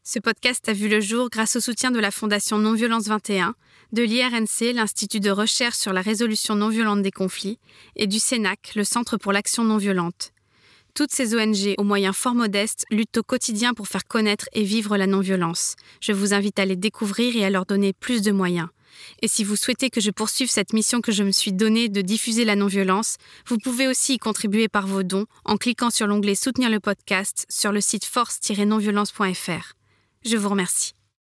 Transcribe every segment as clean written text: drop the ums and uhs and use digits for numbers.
Ce podcast a vu le jour grâce au soutien de la Fondation Non-Violence 21, de l'IRNC, l'Institut de recherche sur la résolution non-violente des conflits, et du CENAC, le Centre pour l'action non-violente. Toutes ces ONG, aux moyens fort modestes, luttent au quotidien pour faire connaître et vivre la non-violence. Je vous invite à les découvrir et à leur donner plus de moyens. Et si vous souhaitez que je poursuive cette mission que je me suis donnée de diffuser la non-violence, vous pouvez aussi y contribuer par vos dons en cliquant sur l'onglet « Soutenir le podcast » sur le site force-nonviolence.fr. Je vous remercie.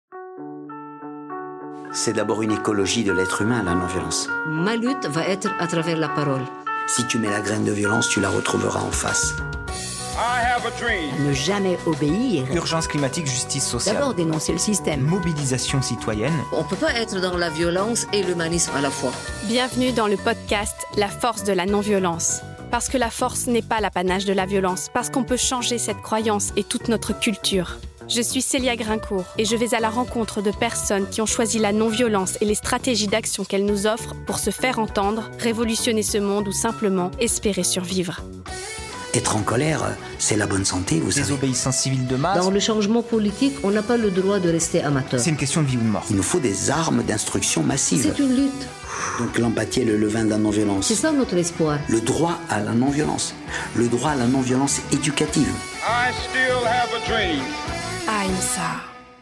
C'est d'abord une écologie de l'être humain, la non-violence. Ma lutte va être à travers la parole. Si tu mets la graine de violence, tu la retrouveras en face. Ne jamais obéir. Urgence climatique, justice sociale. D'abord dénoncer le système. Mobilisation citoyenne. On ne peut pas être dans la violence et l'humanisme à la fois. Bienvenue dans le podcast « La force de la non-violence ». Parce que la force n'est pas l'apanage de la violence, parce qu'on peut changer cette croyance et toute notre culture. Je suis Célia Grincourt et je vais à la rencontre de personnes qui ont choisi la non-violence et les stratégies d'action qu'elle nous offre pour se faire entendre, révolutionner ce monde ou simplement espérer survivre. Être en colère, c'est la bonne santé, vous savez. Désobéissance civile de masse. Dans le changement politique, on n'a pas le droit de rester amateur. C'est une question de vie ou de mort. Il nous faut des armes d'instruction massive. C'est une lutte. Donc l'empathie est le levain de la non-violence. C'est ça notre espoir. Le droit à la non-violence. Le droit à la non-violence éducative. I still have a dream. Ahimsa.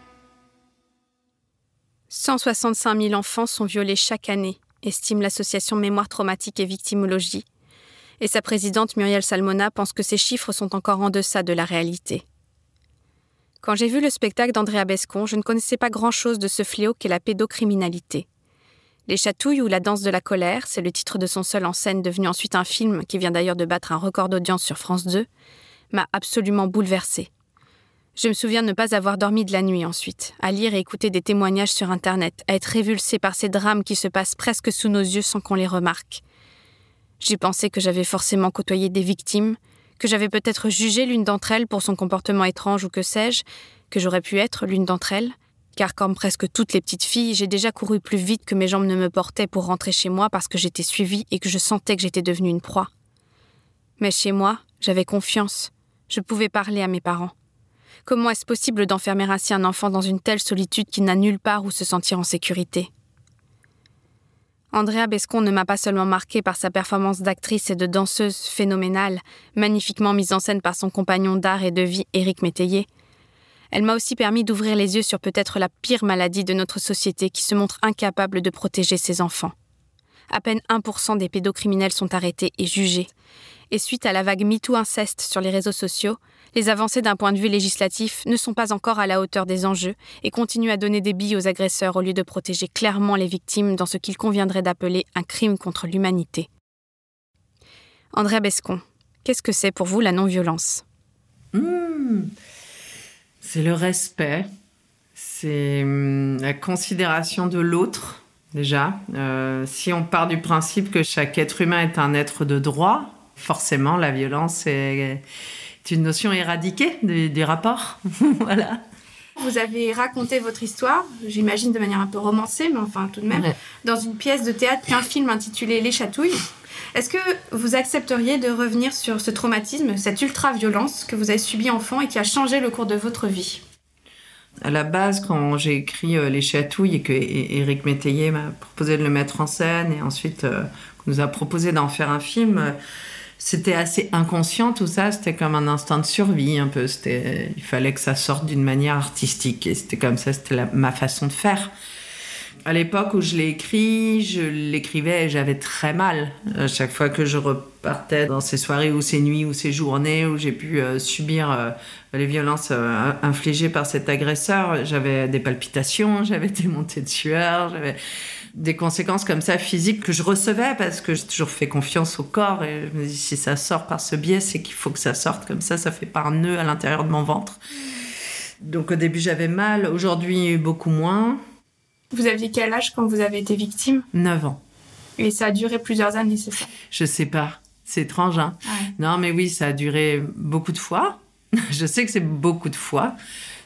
165 000 enfants sont violés chaque année, estime l'association Mémoire traumatique et victimologie. Et sa présidente Muriel Salmona pense que ces chiffres sont encore en deçà de la réalité. Quand j'ai vu le spectacle d'Andrea Bescon, je ne connaissais pas grand-chose de ce fléau qu'est la pédocriminalité. Les chatouilles ou la danse de la colère, c'est le titre de son seul en scène devenu ensuite un film qui vient d'ailleurs de battre un record d'audience sur France 2, m'a absolument bouleversée. Je me souviens ne pas avoir dormi de la nuit ensuite, à lire et écouter des témoignages sur Internet, à être révulsée par ces drames qui se passent presque sous nos yeux sans qu'on les remarque. J'ai pensé que j'avais forcément côtoyé des victimes, que j'avais peut-être jugé l'une d'entre elles pour son comportement étrange ou que sais-je, que j'aurais pu être l'une d'entre elles, car comme presque toutes les petites filles, j'ai déjà couru plus vite que mes jambes ne me portaient pour rentrer chez moi parce que j'étais suivie et que je sentais que j'étais devenue une proie. Mais chez moi, j'avais confiance. Je pouvais parler à mes parents. Comment est-ce possible d'enfermer ainsi un enfant dans une telle solitude qui n'a nulle part où se sentir en sécurité ? Andrea Bescon ne m'a pas seulement marquée par sa performance d'actrice et de danseuse phénoménale, magnifiquement mise en scène par son compagnon d'art et de vie Éric Métayer. Elle m'a aussi permis d'ouvrir les yeux sur peut-être la pire maladie de notre société qui se montre incapable de protéger ses enfants. À peine 1% des pédocriminels sont arrêtés et jugés. Et suite à la vague MeToo inceste sur les réseaux sociaux, les avancées d'un point de vue législatif ne sont pas encore à la hauteur des enjeux et continuent à donner des billes aux agresseurs au lieu de protéger clairement les victimes dans ce qu'il conviendrait d'appeler un crime contre l'humanité. Andrea Bescon, qu'est-ce que c'est pour vous la non-violence ? C'est le respect, c'est la considération de l'autre, déjà. Si on part du principe que chaque être humain est un être de droit, forcément la violence est une notion éradiquée du rapport. Voilà. Vous avez raconté votre histoire, j'imagine de manière un peu romancée, mais enfin tout de même, dans une pièce de théâtre puis un film intitulé « Les chatouilles ». Est-ce que vous accepteriez de revenir sur ce traumatisme, cette ultra-violence que vous avez subie enfant et qui a changé le cours de votre vie ? À la base, quand j'ai écrit Les Chatouilles et que Éric Métayer m'a proposé de le mettre en scène et ensuite nous a proposé d'en faire un film, c'était assez inconscient tout ça, c'était comme un instinct de survie un peu. Il fallait que ça sorte d'une manière artistique et c'était comme ça, c'était ma façon de faire. À l'époque où je l'ai écrit, je l'écrivais et j'avais très mal. À chaque fois que je repartais dans ces soirées ou ces nuits ou ces journées où j'ai pu subir les violences infligées par cet agresseur, j'avais des palpitations, j'avais des montées de sueur, j'avais des conséquences comme ça physiques que je recevais parce que j'ai toujours fait confiance au corps et je me dis si ça sort par ce biais, c'est qu'il faut que ça sorte comme ça fait pas un nœud à l'intérieur de mon ventre. Donc au début j'avais mal, aujourd'hui beaucoup moins. Vous aviez quel âge quand vous avez été victime ? 9 ans. Et ça a duré plusieurs années, c'est ça ? Je sais pas. C'est étrange, hein ? Ouais. Non, mais oui, ça a duré beaucoup de fois. Je sais que c'est beaucoup de fois.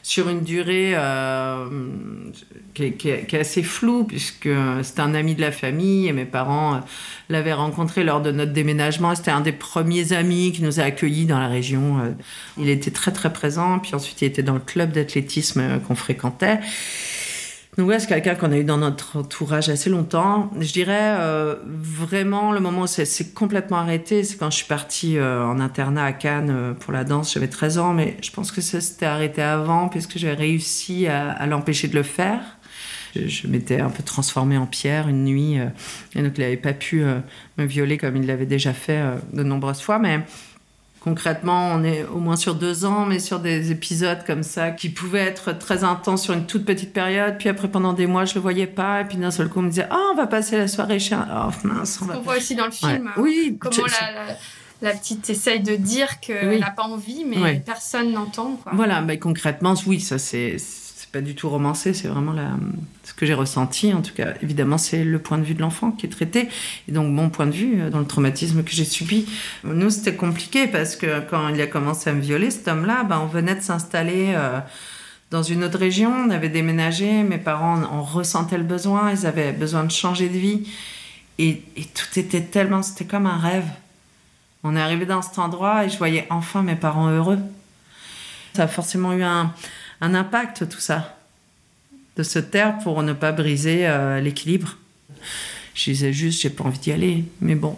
sur une durée qui est assez floue, puisque c'était un ami de la famille et mes parents l'avaient rencontré lors de notre déménagement. C'était un des premiers amis qui nous a accueillis dans la région. Il était très très présent, puis ensuite il était dans le club d'athlétisme qu'on fréquentait. Donc ouais, c'est quelqu'un qu'on a eu dans notre entourage assez longtemps. Je dirais vraiment le moment où c'est complètement arrêté, c'est quand je suis partie en internat à Cannes pour la danse. J'avais 13 ans, mais je pense que ça s'était arrêté avant puisque j'avais réussi à l'empêcher de le faire. Je m'étais un peu transformée en pierre une nuit et donc il n'avait pas pu me violer comme il l'avait déjà fait de nombreuses fois, mais... Concrètement, on est au moins sur 2 ans, mais sur des épisodes comme ça qui pouvaient être très intenses sur une toute petite période. Puis après, pendant des mois, je le voyais pas. Et puis d'un seul coup, on me disait « Oh, on va passer la soirée chez un... » Oh mince, on voit aussi dans le film. Ouais. Oui. Comment la petite essaye de dire qu'elle n'a pas envie, mais personne n'entend, quoi. Voilà, mais concrètement, oui, ça c'est pas du tout romancé, c'est vraiment ce que j'ai ressenti. En tout cas, évidemment, c'est le point de vue de l'enfant qui est traité. Et donc, mon point de vue dans le traumatisme que j'ai subi. Nous, c'était compliqué parce que quand il a commencé à me violer, cet homme-là, on venait de s'installer dans une autre région. On avait déménagé. Mes parents en ressentaient le besoin. Ils avaient besoin de changer de vie. Et tout était tellement... C'était comme un rêve. On est arrivé dans cet endroit et je voyais enfin mes parents heureux. Ça a forcément eu un impact, tout ça, de se taire pour ne pas briser l'équilibre. Je disais juste, j'ai pas envie d'y aller, mais bon.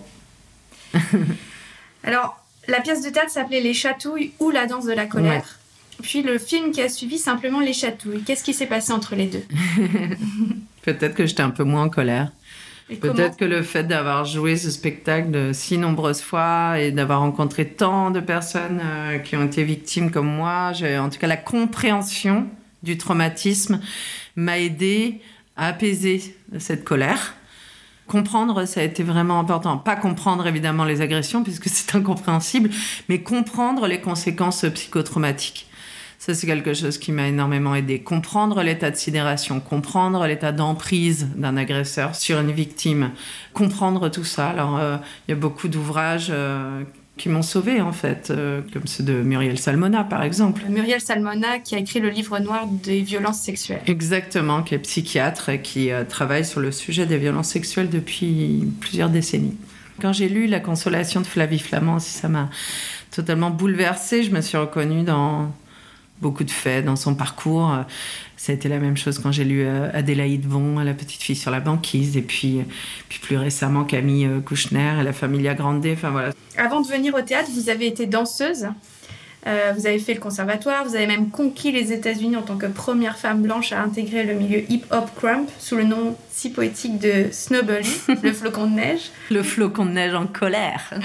Alors, la pièce de théâtre s'appelait Les Chatouilles ou La danse de la colère. Ouais. Puis le film qui a suivi, simplement Les Chatouilles. Qu'est-ce qui s'est passé entre les deux? Peut-être que j'étais un peu moins en colère. Peut-être que le fait d'avoir joué ce spectacle de si nombreuses fois et d'avoir rencontré tant de personnes qui ont été victimes comme moi, en tout cas la compréhension du traumatisme m'a aidée à apaiser cette colère. Comprendre, ça a été vraiment important. Pas comprendre évidemment les agressions puisque c'est incompréhensible, mais comprendre les conséquences psychotraumatiques. Ça, c'est quelque chose qui m'a énormément aidée. Comprendre l'état de sidération, comprendre l'état d'emprise d'un agresseur sur une victime, comprendre tout ça. Alors, il y a beaucoup d'ouvrages qui m'ont sauvée, en fait, comme ceux de Muriel Salmona, par exemple. Muriel Salmona, qui a écrit le livre noir des violences sexuelles. Exactement, qui est psychiatre et qui travaille sur le sujet des violences sexuelles depuis plusieurs décennies. Quand j'ai lu La Consolation de Flavie Flament, ça m'a totalement bouleversée. Je me suis reconnue dans beaucoup de faits dans son parcours. Ça a été la même chose quand j'ai lu Adélaïde Von, La petite fille sur la banquise, et puis plus récemment Camille Kouchner et La Familia Grande. Enfin, voilà. Avant de venir au théâtre, vous avez été danseuse. Vous avez fait le conservatoire. Vous avez même conquis les États-Unis en tant que première femme blanche à intégrer le milieu hip-hop crump sous le nom si poétique de Snowbully, le flocon de neige. Le flocon de neige en colère.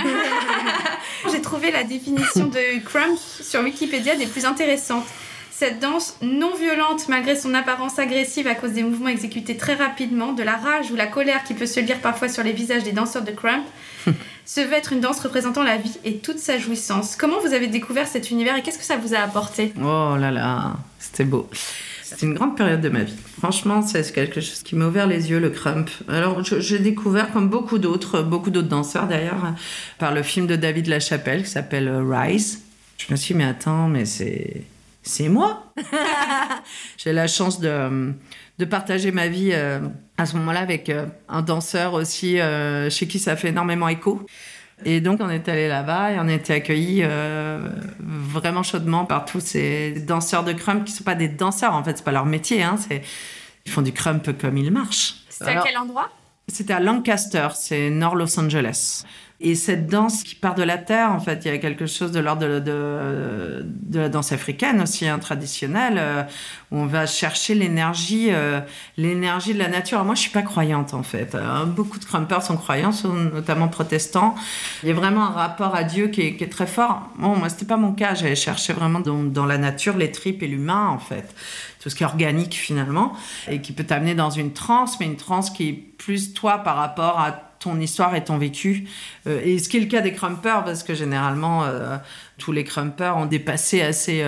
J'ai trouvé la définition de crump sur Wikipédia des plus intéressantes. Cette danse non violente malgré son apparence agressive à cause des mouvements exécutés très rapidement, de la rage ou la colère qui peut se lire parfois sur les visages des danseurs de crump, se veut être une danse représentant la vie et toute sa jouissance. Comment vous avez découvert cet univers et qu'est-ce que ça vous a apporté? Oh là là, c'était beau. C'était une grande période de ma vie. Franchement, c'est quelque chose qui m'a ouvert les yeux, le crump. Alors, j'ai découvert, comme beaucoup d'autres danseurs d'ailleurs, par le film de David Lachapelle qui s'appelle Rise. Je me suis dit, mais attends, mais c'est moi. J'ai la chance de partager ma vie à ce moment-là avec un danseur aussi chez qui ça fait énormément écho. Et donc, on est allé là-bas et on a été accueillis vraiment chaudement par tous ces danseurs de crump qui ne sont pas des danseurs, en fait, c'est pas leur métier. Hein, ils font du crump comme ils marchent. C'était à quel endroit? C'était à Lancaster, c'est nord Los Angeles. Et cette danse qui part de la terre, en fait, il y a quelque chose de l'ordre de la danse africaine aussi, hein, traditionnelle, où on va chercher l'énergie de la nature. Alors moi, je suis pas croyante, en fait. Beaucoup de crumpers sont croyants, notamment protestants. Il y a vraiment un rapport à Dieu qui est très fort. Bon, moi, c'était pas mon cas. J'allais chercher vraiment dans la nature les tripes et l'humain, en fait. Tout ce qui est organique, finalement, et qui peut t'amener dans une transe, mais une transe qui est plus toi par rapport à ton histoire et ton vécu. Et ce qui est le cas des crumpers, parce que généralement, tous les crumpers ont des passés assez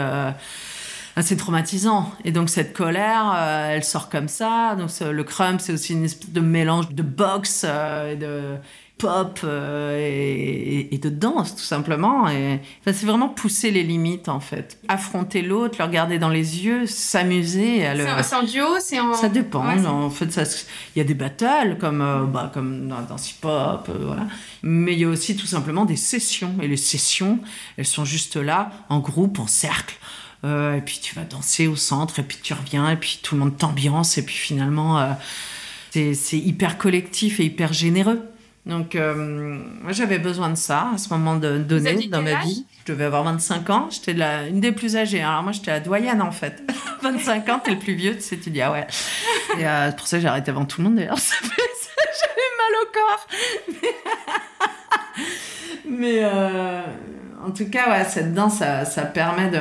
traumatisants. Et donc, cette colère, elle sort comme ça. Donc, le crump, c'est aussi une espèce de mélange de boxe, pop et de danse, tout simplement. Et, enfin, c'est vraiment pousser les limites, en fait. Affronter l'autre, le regarder dans les yeux, s'amuser. C'est en duo, c'est en... Ça dépend. Ouais, en fait, il y a des battles, comme dans hip-hop, voilà. Mais il y a aussi tout simplement des sessions. Et les sessions, elles sont juste là, en groupe, en cercle. Et puis tu vas danser au centre, et puis tu reviens, et puis tout le monde t'ambiance, et puis finalement, c'est hyper collectif et hyper généreux. Donc, moi, j'avais besoin de ça à ce moment donné dans ma vie. Je devais avoir 25 ans. J'étais une des plus âgées. Alors, moi, j'étais la doyenne, en fait. 25 ans, t'es le plus vieux, tu dis, ah ouais. Et c'est pour ça que j'ai arrêté avant tout le monde, d'ailleurs. J'avais mal au corps. Mais en tout cas, ouais, cette danse, ça permet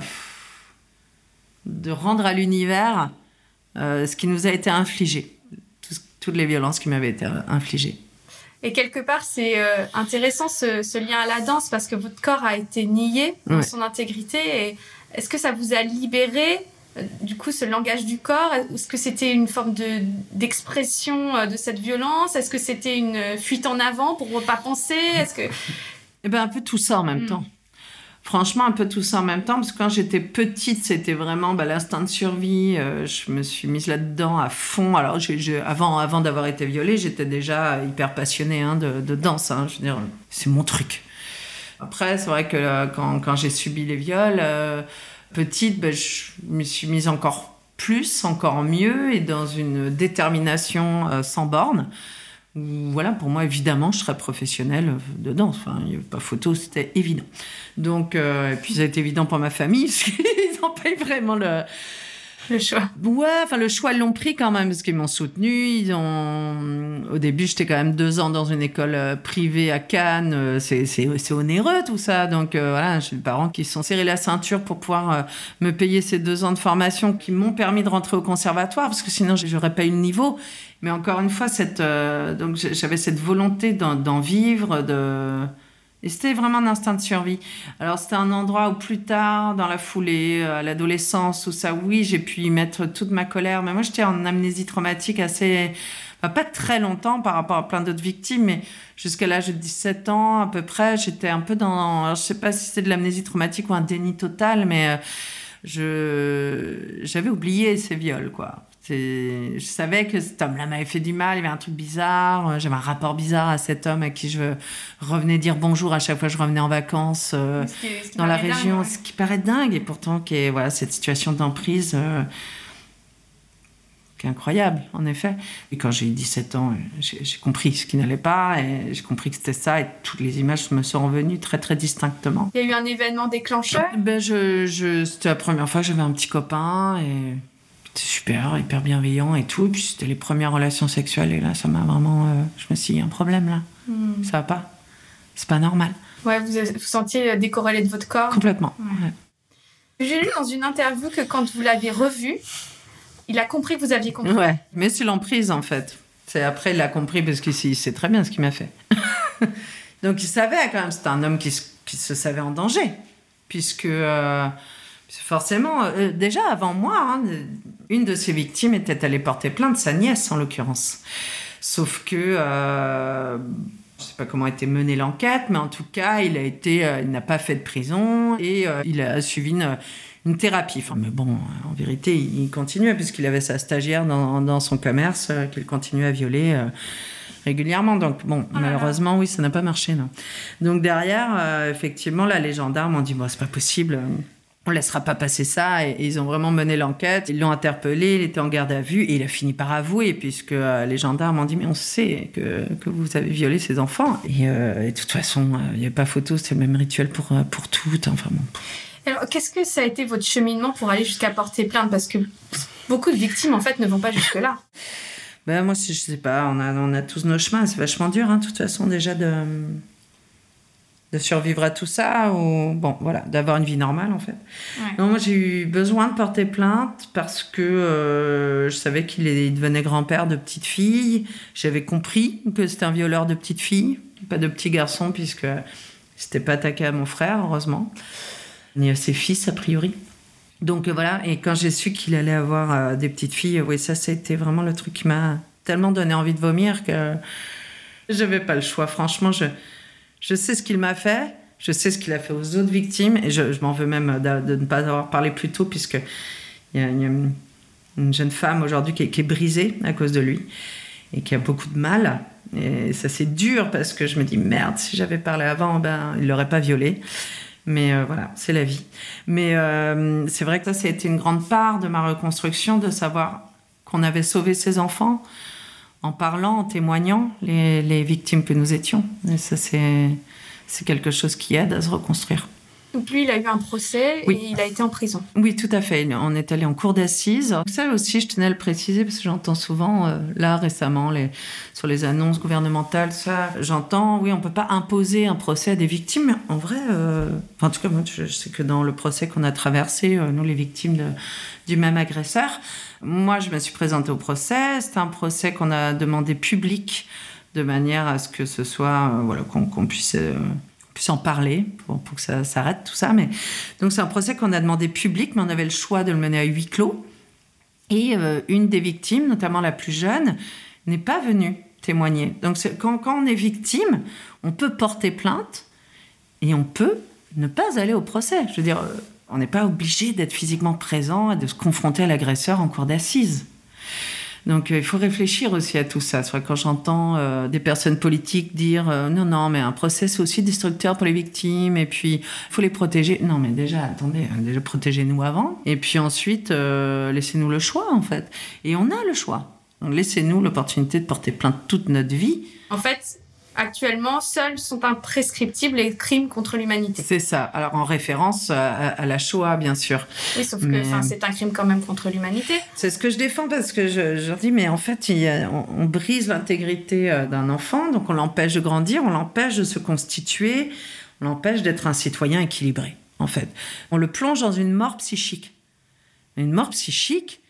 de rendre à l'univers ce qui nous a été infligé. Toutes les violences qui m'avaient été infligées. Et quelque part, c'est intéressant ce lien à la danse parce que votre corps a été nié dans son intégrité. Et est-ce que ça vous a libéré, du coup, ce langage du corps? Est-ce que c'était une forme d'expression de cette violence? Est-ce que c'était une fuite en avant pour ne pas penser? Eh ben, un peu tout ça en même temps. Franchement, un peu tout ça en même temps, parce que quand j'étais petite, c'était vraiment l'instinct de survie. Je me suis mise là-dedans à fond. Alors, avant d'avoir été violée, j'étais déjà hyper passionnée de danse. Je veux dire, c'est mon truc. Après, c'est vrai que quand j'ai subi les viols, petite, je me suis mise encore mieux, et dans une détermination sans borne. Voilà, pour moi, évidemment, je serais professionnelle de danse. Enfin, il n'y avait pas photo, c'était évident. Donc, et puis ça a été évident pour ma famille, parce qu'ils n'ont pas eu vraiment le choix. Ouais, enfin, le choix, ils l'ont pris quand même, parce qu'ils m'ont soutenue. Au début, j'étais quand même 2 ans dans une école privée à Cannes. C'est onéreux, tout ça. Donc, voilà, j'ai des parents qui se sont serrés la ceinture pour pouvoir me payer ces 2 ans de formation qui m'ont permis de rentrer au conservatoire, parce que sinon, j'aurais pas eu le niveau. Mais encore une fois, donc j'avais cette volonté d'en vivre, et c'était vraiment un instinct de survie. Alors, c'était un endroit où plus tard, dans la foulée, à l'adolescence, où ça, oui, j'ai pu y mettre toute ma colère. Mais moi, j'étais en amnésie traumatique pas très longtemps par rapport à plein d'autres victimes, mais jusqu'à l'âge de 17 ans, à peu près, j'étais un peu alors, je sais pas si c'est de l'amnésie traumatique ou un déni total, mais j'avais oublié ces viols, quoi. Je savais que cet homme-là m'avait fait du mal, il y avait un truc bizarre, j'avais un rapport bizarre à cet homme à qui je revenais dire bonjour à chaque fois que je revenais en vacances ce qui dans la région, dingue, ouais. Ce qui paraît dingue, et pourtant voilà, cette situation d'emprise qui est incroyable, en effet. Et quand j'ai eu 17 ans, j'ai compris ce qui n'allait pas, et j'ai compris que c'était ça, et toutes les images me sont revenues très, très distinctement. Il y a eu un événement déclencheur? C'était la première fois que j'avais un petit copain, et... C'était super, hyper bienveillant et tout. Et puis c'était les premières relations sexuelles. Et là, ça m'a vraiment... je me suis dit, il y a un problème là. Ça va pas. C'est pas normal. Ouais, vous sentiez décorrélé de votre corps? Complètement. Ouais. J'ai lu dans une interview que quand vous l'avez revu, il a compris que vous aviez compris. Ouais, mais c'est l'emprise en fait. Après, il a compris parce qu'il sait très bien ce qu'il m'a fait. Donc il savait quand même. C'était un homme qui se savait en danger. Puisque... forcément, déjà avant moi, une de ses victimes était allée porter plainte, sa nièce en l'occurrence. Sauf que, je ne sais pas comment a été menée l'enquête, mais en tout cas, il n'a pas fait de prison et il a suivi une thérapie. Enfin, mais bon, en vérité, il continuait puisqu'il avait sa stagiaire dans son commerce qu'il continuait à violer régulièrement. Donc bon, malheureusement, oui, ça n'a pas marché. Non. Donc derrière, effectivement, là, les gendarmes ont dit « c'est pas possible ». On ne laissera pas passer ça. Et ils ont vraiment mené l'enquête. Ils l'ont interpellé, il était en garde à vue et il a fini par avouer puisque les gendarmes ont dit « mais on sait que vous avez violé ces enfants ». Et de toute façon, il n'y avait pas photo, c'était le même rituel pour toutes. Enfin, bon. Alors, qu'est-ce que ça a été votre cheminement pour aller jusqu'à porter plainte? Parce que beaucoup de victimes, en fait, ne vont pas jusque-là. Moi, je ne sais pas, on a tous nos chemins. C'est vachement dur, de toute façon, déjà de survivre à tout ça, ou d'avoir une vie normale en fait. Ouais. Non, moi j'ai eu besoin de porter plainte parce que je savais qu'il devenait grand-père de petites filles. J'avais compris que c'était un violeur de petites filles, pas de petits garçons, puisque c'était pas attaqué à mon frère, heureusement, ni à ses fils a priori. Donc voilà, et quand j'ai su qu'il allait avoir des petites filles, ça a été vraiment le truc qui m'a tellement donné envie de vomir que Je n'avais pas le choix. Franchement, je sais ce qu'il m'a fait. Je sais ce qu'il a fait aux autres victimes. Et je m'en veux même de ne pas avoir parlé plus tôt, puisqu'il y a une jeune femme aujourd'hui qui est brisée à cause de lui et qui a beaucoup de mal. Et ça, c'est dur parce que je me dis, merde, si j'avais parlé avant, il ne l'aurait pas violée. Mais voilà, c'est la vie. Mais c'est vrai que ça a été une grande part de ma reconstruction, de savoir qu'on avait sauvé ses enfants en parlant, en témoignant les victimes que nous étions. Et ça, c'est quelque chose qui aide à se reconstruire. Donc lui, il a eu un procès Oui. et il a été en prison. Oui, tout à fait. On est allé en cour d'assises. Ça aussi, je tenais à le préciser parce que j'entends souvent, là récemment, sur les annonces gouvernementales, ça, j'entends, oui, on ne peut pas imposer un procès à des victimes. Mais en vrai, en tout cas, moi, je sais que dans le procès qu'on a traversé, nous, les victimes du même agresseur, moi, je me suis présentée au procès. C'était un procès qu'on a demandé public de manière à ce que ce soit, qu'on puisse en parler pour que ça s'arrête tout ça. Mais donc c'est un procès qu'on a demandé public, mais on avait le choix de le mener à huis clos. Et une des victimes, notamment la plus jeune, n'est pas venue témoigner. Donc quand on est victime, on peut porter plainte et on peut ne pas aller au procès. Je veux dire, on n'est pas obligé d'être physiquement présent et de se confronter à l'agresseur en cour d'assises. Donc, il faut réfléchir aussi à tout ça. C'est vrai que quand j'entends des personnes politiques dire non, mais un procès, c'est aussi destructeur pour les victimes, et puis, il faut les protéger. Non, mais déjà, attendez, déjà, protégez-nous avant. Et puis ensuite, laissez-nous le choix, en fait. Et on a le choix. Donc, laissez-nous l'opportunité de porter plainte toute notre vie. En fait, actuellement, seuls sont imprescriptibles les crimes contre l'humanité. C'est ça. Alors, en référence à la Shoah, bien sûr. Oui, sauf que c'est un crime quand même contre l'humanité. C'est ce que je défends parce que je dis, mais en fait, on brise l'intégrité d'un enfant, donc on l'empêche de grandir, on l'empêche de se constituer, on l'empêche d'être un citoyen équilibré, en fait. On le plonge dans une mort psychique. Une mort psychique,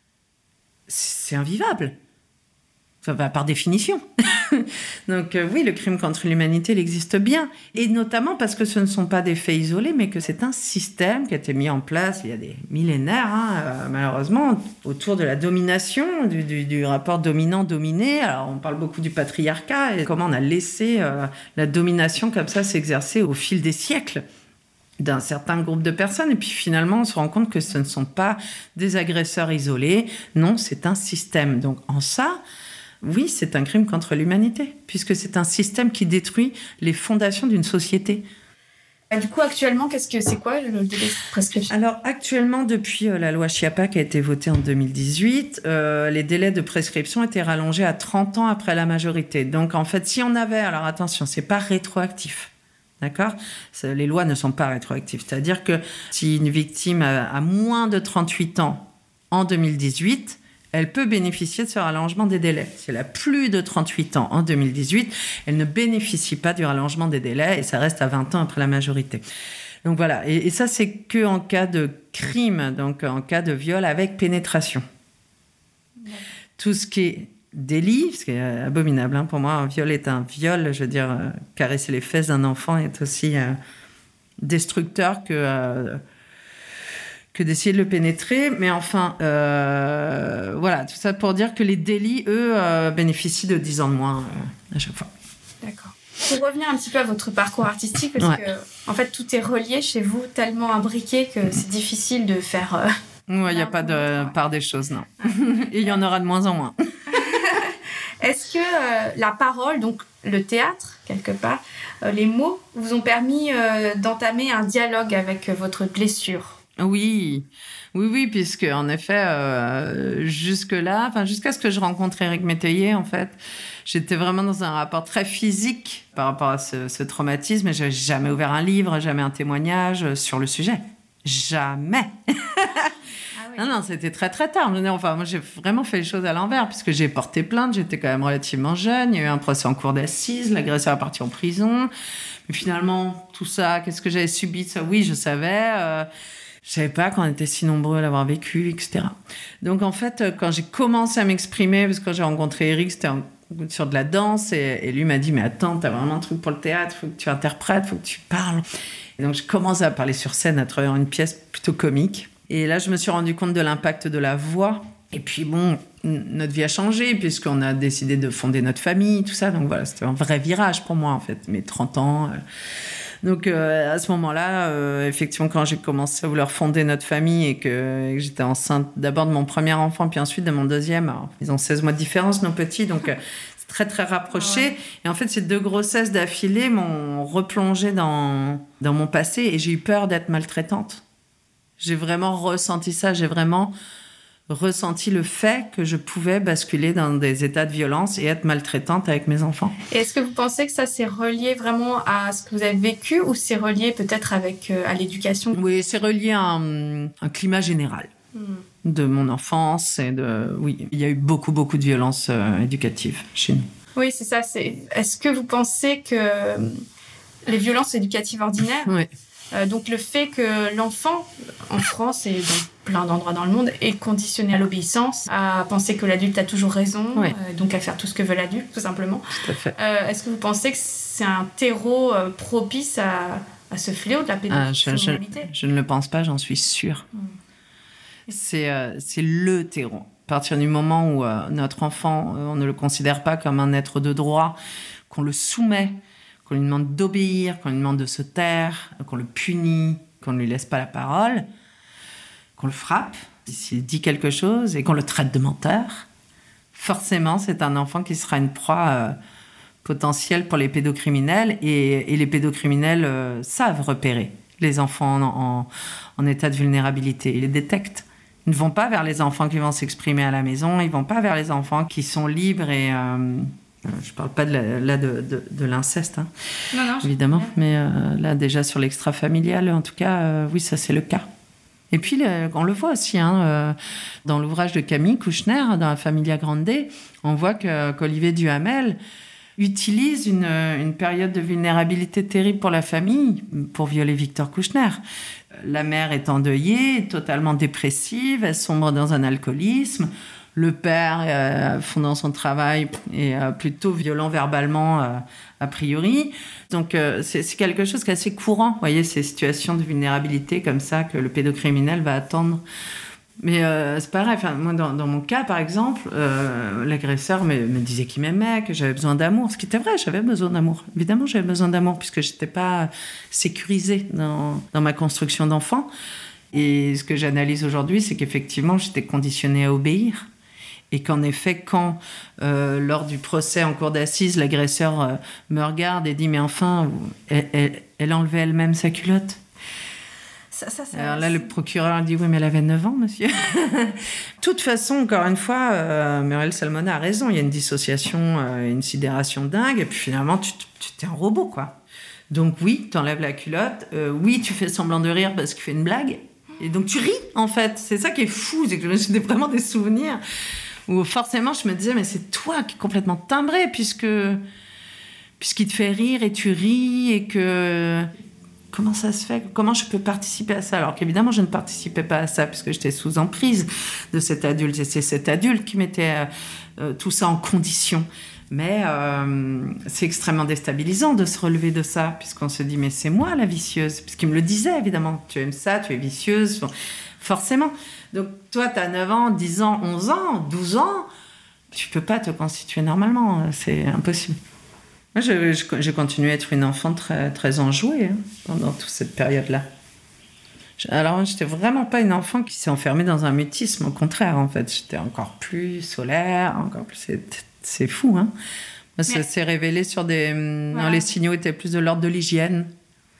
c'est invivable. Enfin, par définition. Donc oui, le crime contre l'humanité, il existe bien. Et notamment parce que ce ne sont pas des faits isolés, mais que c'est un système qui a été mis en place il y a des millénaires, malheureusement, autour de la domination, du rapport dominant-dominé. Alors on parle beaucoup du patriarcat et comment on a laissé la domination comme ça s'exercer au fil des siècles d'un certain groupe de personnes. Et puis finalement, on se rend compte que ce ne sont pas des agresseurs isolés. Non, c'est un système. Donc en ça... oui, c'est un crime contre l'humanité, puisque c'est un système qui détruit les fondations d'une société. Du coup, actuellement, c'est quoi le délai de prescription ? Alors, actuellement, depuis la loi Schiappa qui a été votée en 2018, les délais de prescription étaient rallongés à 30 ans après la majorité. Donc, en fait, si on avait... alors, attention, c'est pas rétroactif. D'accord ? Les lois ne sont pas rétroactives. C'est-à-dire que si une victime a moins de 38 ans en 2018... elle peut bénéficier de ce rallongement des délais. Si elle a plus de 38 ans en 2018, elle ne bénéficie pas du rallongement des délais et ça reste à 20 ans après la majorité. Donc voilà, et ça, c'est qu'en cas de crime, donc en cas de viol avec pénétration. Tout ce qui est délit, ce qui est abominable, pour moi, un viol est un viol, je veux dire, caresser les fesses d'un enfant est aussi destructeur que d'essayer de le pénétrer. Mais enfin, voilà, tout ça pour dire que les délits, eux, bénéficient de 10 ans de moins à chaque fois. D'accord. Pour revenir un petit peu à votre parcours artistique, parce que, en fait, tout est relié chez vous, tellement imbriqué que c'est difficile de faire... il n'y a pas de part des choses, non. Et il y en aura de moins en moins. Est-ce que la parole, donc le théâtre, quelque part, les mots, vous ont permis d'entamer un dialogue avec votre blessure ? Oui, puisque en effet, jusque-là, jusqu'à ce que je rencontre Éric Métayer, en fait, j'étais vraiment dans un rapport très physique par rapport à ce traumatisme. Et j'avais jamais ouvert un livre, jamais un témoignage sur le sujet. Jamais. Non, c'était très, très tard. Enfin, moi, j'ai vraiment fait les choses à l'envers, puisque j'ai porté plainte, j'étais quand même relativement jeune, il y a eu un procès en cour d'assises, l'agresseur est parti en prison. Mais finalement, tout ça, qu'est-ce que j'avais subi de ça ? Oui, je savais... je savais pas qu'on était si nombreux à l'avoir vécu, etc. Donc, en fait, quand j'ai commencé à m'exprimer, parce que quand j'ai rencontré Éric, c'était sur de la danse, et lui m'a dit « Mais attends, t'as vraiment un truc pour le théâtre, faut que tu interprètes, faut que tu parles. » Et donc, je commençais à parler sur scène à travers une pièce plutôt comique. Et là, je me suis rendu compte de l'impact de la voix Et puis bon, notre vie a changé puisqu'on a décidé de fonder notre famille, tout ça. Donc voilà, c'était un vrai virage pour moi en fait, mes 30 ans. Donc à ce moment-là, effectivement, quand j'ai commencé à vouloir fonder notre famille et que j'étais enceinte d'abord de mon premier enfant, puis ensuite de mon deuxième, alors, ils ont 16 mois de différence, nos petits, donc c'est très très rapproché. Ouais. Et en fait, ces 2 grossesses d'affilée m'ont replongée dans mon passé et j'ai eu peur d'être maltraitante. J'ai vraiment ressenti ça, j'ai vraiment ressenti le fait que je pouvais basculer dans des états de violence et être maltraitante avec mes enfants. Et est-ce que vous pensez que ça c'est relié vraiment à ce que vous avez vécu ou c'est relié peut-être à l'éducation ? Oui, c'est relié à un climat général de mon enfance oui, il y a eu beaucoup de violences éducatives chez nous. Oui, c'est ça. Est-ce que vous pensez que les violences éducatives ordinaires, oui. Donc le fait que l'enfant, en France et dans plein d'endroits dans le monde, est conditionné à l'obéissance, à penser que l'adulte a toujours raison, oui. Donc à faire tout ce que veut l'adulte, tout simplement. Tout à fait. Est-ce que vous pensez que c'est un terreau propice à ce fléau de la pédocriminalité ? Je ne le pense pas, j'en suis sûre. C'est le terreau. À partir du moment où notre enfant, on ne le considère pas comme un être de droit, qu'on le soumet, qu'on lui demande d'obéir, qu'on lui demande de se taire, qu'on le punit, qu'on ne lui laisse pas la parole, qu'on le frappe s'il dit quelque chose et qu'on le traite de menteur, forcément, c'est un enfant qui sera une proie potentielle pour les pédocriminels et les pédocriminels savent repérer les enfants en état de vulnérabilité. Ils les détectent. Ils ne vont pas vers les enfants qui vont s'exprimer à la maison, ils ne vont pas vers les enfants qui sont libres et... je ne parle pas de l'inceste, hein, non, évidemment, mais là, déjà sur l'extra-familial, en tout cas, oui, ça, c'est le cas. Et puis, on le voit aussi, dans l'ouvrage de Camille Kouchner, dans la Familia Grande, on voit qu'Olivier Duhamel utilise une période de vulnérabilité terrible pour la famille pour violer Victor Kouchner. La mère est endeuillée, totalement dépressive, elle sombre dans un alcoolisme. Le père, fondant son travail, est plutôt violent verbalement, a priori. Donc, c'est quelque chose qui est assez courant. Vous voyez, ces situations de vulnérabilité comme ça que le pédocriminel va attendre. Mais c'est pareil. Enfin, moi, dans mon cas, par exemple, l'agresseur me disait qu'il m'aimait, que j'avais besoin d'amour. Ce qui était vrai, j'avais besoin d'amour. Évidemment, j'avais besoin d'amour puisque je n'étais pas sécurisée dans ma construction d'enfant. Et ce que j'analyse aujourd'hui, c'est qu'effectivement, j'étais conditionnée à obéir. Et qu'en effet, quand, lors du procès en cour d'assises, l'agresseur me regarde et dit « Mais enfin, elle enlevait elle-même sa culotte ». Alors là, le procureur dit « Oui, mais elle avait 9 ans, monsieur ». De toute façon, encore une fois, Muriel Salmona a raison. Il y a une dissociation, une sidération dingue. Et puis finalement, tu t'es un robot, quoi. Donc oui, tu enlèves la culotte. Oui, tu fais semblant de rire parce qu'il fait une blague. Et donc tu ris, en fait. C'est ça qui est fou. C'est que j'ai vraiment des souvenirs où forcément je me disais mais c'est toi qui es complètement timbré puisqu'il te fait rire et tu ris et que comment ça se fait, comment je peux participer à ça alors qu'évidemment je ne participais pas à ça puisque j'étais sous emprise de cet adulte et c'est cet adulte qui mettait tout ça en condition mais c'est extrêmement déstabilisant de se relever de ça puisqu'on se dit mais c'est moi la vicieuse puisqu'il me le disait évidemment tu aimes ça, tu es vicieuse forcément. Donc, toi, tu as 9 ans, 10 ans, 11 ans, 12 ans, tu peux pas te constituer normalement, c'est impossible. Moi, j'ai continué à être une enfant très, très enjouée pendant toute cette période-là. Alors, j'étais vraiment pas une enfant qui s'est enfermée dans un mutisme, au contraire, en fait. J'étais encore plus solaire, encore plus... C'est fou, hein. Moi, ça s'est révélé sur des... Voilà. Non, les signaux étaient plus de l'ordre de l'hygiène.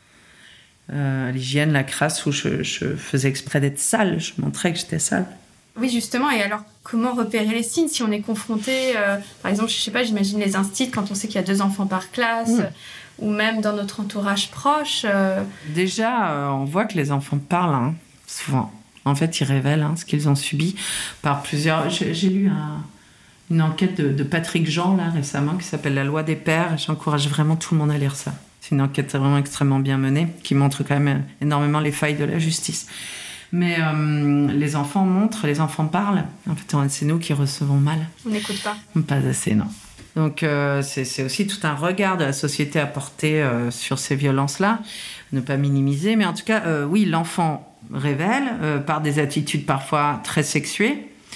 L'hygiène, la crasse où je faisais exprès d'être sale, je montrais que j'étais sale. Oui, justement, et alors comment repérer les signes si on est confronté, par exemple, je sais pas, j'imagine les instits quand on sait qu'il y a 2 enfants par classe, ou même dans notre entourage proche. Déjà, on voit que les enfants parlent, souvent. En fait, ils révèlent ce qu'ils ont subi par plusieurs... J'ai lu une enquête de Patrick Jean, là, récemment, qui s'appelle « La loi des pères ». J'encourage vraiment tout le monde à lire ça. C'est une enquête vraiment extrêmement bien menée, qui montre quand même énormément les failles de la justice. Mais les enfants montrent, les enfants parlent. En fait, c'est nous qui recevons mal. On n'écoute pas. Pas assez, non. Donc, c'est aussi tout un regard de la société à porter sur ces violences-là. Ne pas minimiser. Mais en tout cas, oui, l'enfant révèle par des attitudes parfois très sexuées.